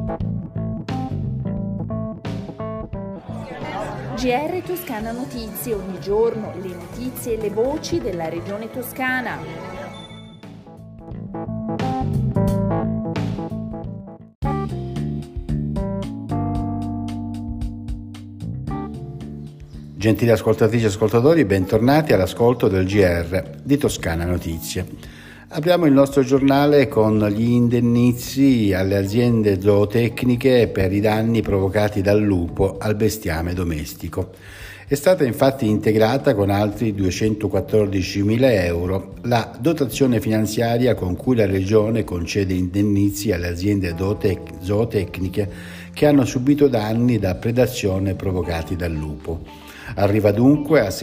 GR Toscana Notizie, ogni giorno le notizie e le voci della regione toscana. Gentili ascoltatrici e ascoltatori, bentornati all'ascolto del GR di Toscana Notizie. Apriamo il nostro giornale con gli indennizzi alle aziende zootecniche per i danni provocati dal lupo al bestiame domestico. È stata infatti integrata con altri 214.000 euro la dotazione finanziaria con cui la Regione concede indennizzi alle aziende zootecniche che hanno subito danni da predazione provocati dal lupo. Arriva dunque a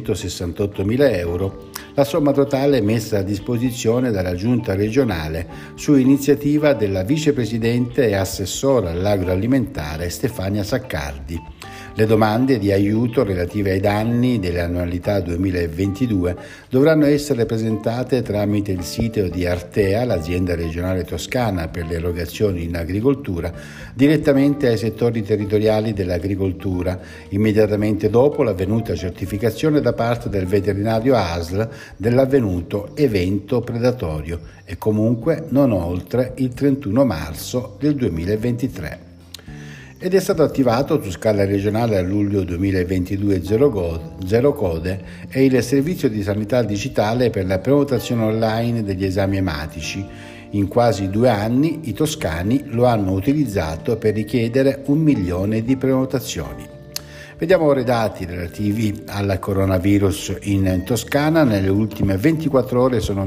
668.000 euro la somma totale messa a disposizione dalla Giunta regionale su iniziativa della vicepresidente e assessora all'agroalimentare Stefania Saccardi. Le domande di aiuto relative ai danni delle annualità 2022 dovranno essere presentate tramite il sito di Artea, l'azienda regionale toscana per le erogazioni in agricoltura, direttamente ai settori territoriali dell'agricoltura, immediatamente dopo l'avvenuta certificazione da parte del veterinario ASL dell'avvenuto evento predatorio e comunque non oltre il 31 marzo del 2023. Ed è stato attivato su scala regionale a luglio 2022 zero code e il servizio di sanità digitale per la prenotazione online degli esami ematici. In quasi 2 anni i toscani lo hanno utilizzato per richiedere 1 milione di prenotazioni. Vediamo ora i dati relativi al coronavirus in Toscana. Nelle ultime 24 ore sono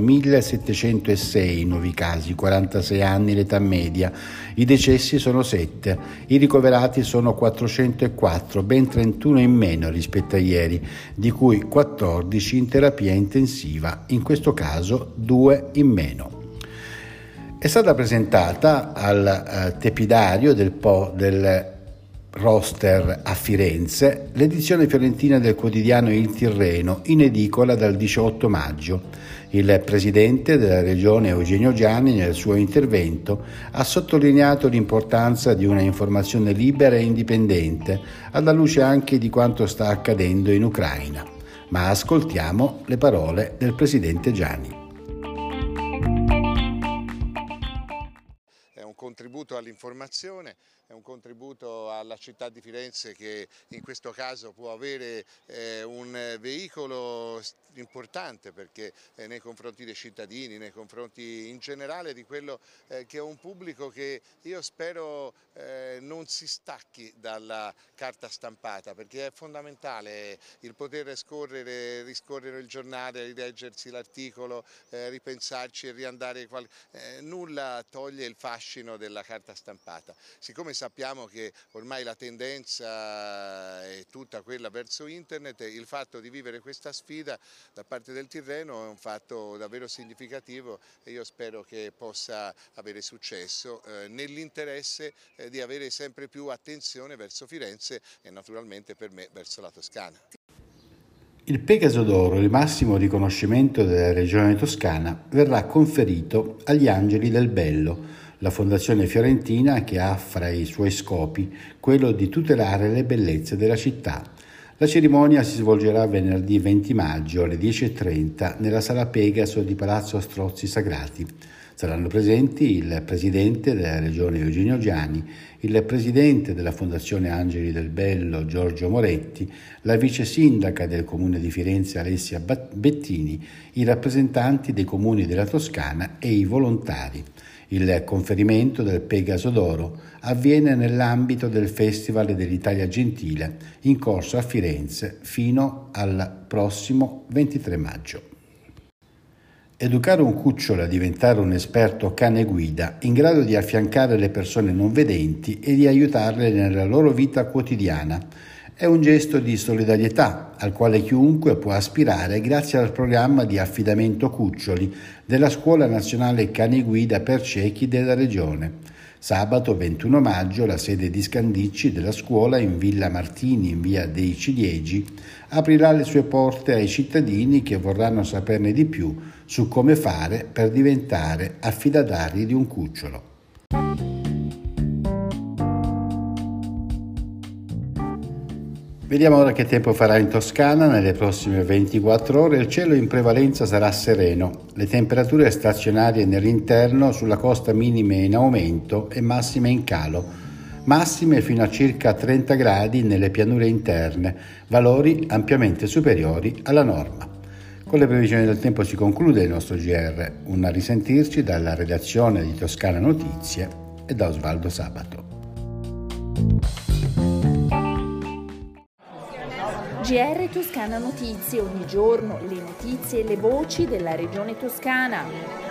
1.706 nuovi casi, 46 anni l'età media, i decessi sono 7, i ricoverati sono 404, ben 31 in meno rispetto a ieri, di cui 14 in terapia intensiva, in questo caso 2 in meno. È stata presentata al tepidario del roster a Firenze l'edizione fiorentina del quotidiano Il Tirreno, in edicola dal 18 maggio. Il presidente della regione Eugenio Giani nel suo intervento ha sottolineato l'importanza di una informazione libera e indipendente, alla luce anche di quanto sta accadendo in Ucraina. Ma ascoltiamo le parole del presidente Giani. È un contributo all'informazione, è un contributo alla città di Firenze che in questo caso può avere un veicolo importante perché nei confronti dei cittadini, nei confronti in generale di quello che è un pubblico che io spero non si stacchi dalla carta stampata, perché è fondamentale il poter riscorrere il giornale, rileggersi l'articolo, ripensarci e riandare. Nulla toglie il fascino della carta stampata. Siccome sappiamo che ormai la tendenza è tutta quella verso internet, il fatto di vivere questa sfida da parte del Tirreno è un fatto davvero significativo e io spero che possa avere successo nell'interesse di avere sempre più attenzione verso Firenze e naturalmente per me verso la Toscana. Il Pegaso d'Oro, il massimo riconoscimento della regione toscana, verrà conferito agli Angeli del Bello, la fondazione fiorentina che ha fra i suoi scopi quello di tutelare le bellezze della città. La cerimonia si svolgerà venerdì 20 maggio alle 10:30 nella Sala Pegaso di Palazzo Strozzi Sagrati. Saranno presenti il presidente della regione Eugenio Giani, il presidente della Fondazione Angeli del Bello Giorgio Moretti, la vice sindaca del comune di Firenze Alessia Bettini, i rappresentanti dei comuni della Toscana e i volontari. Il conferimento del Pegaso d'Oro avviene nell'ambito del Festival dell'Italia Gentile in corso a Firenze fino al prossimo 23 maggio. Educare un cucciolo a diventare un esperto cane guida in grado di affiancare le persone non vedenti e di aiutarle nella loro vita quotidiana è un gesto di solidarietà al quale chiunque può aspirare grazie al programma di affidamento cuccioli della Scuola Nazionale Cani Guida per Ciechi della Regione. Sabato 21 maggio la sede di Scandicci della scuola in Villa Martini in via dei Ciliegi aprirà le sue porte ai cittadini che vorranno saperne di più su come fare per diventare affidatari di un cucciolo. Vediamo ora che tempo farà in Toscana. Nelle prossime 24 ore il cielo in prevalenza sarà sereno. Le temperature stazionarie nell'interno, sulla costa minime in aumento e massime in calo. Massime fino a circa 30 gradi nelle pianure interne, valori ampiamente superiori alla norma. Con le previsioni del tempo si conclude il nostro GR. Un a risentirci dalla redazione di Toscana Notizie e da Osvaldo Sabato. GR Toscana Notizie, ogni giorno le notizie e le voci della regione toscana.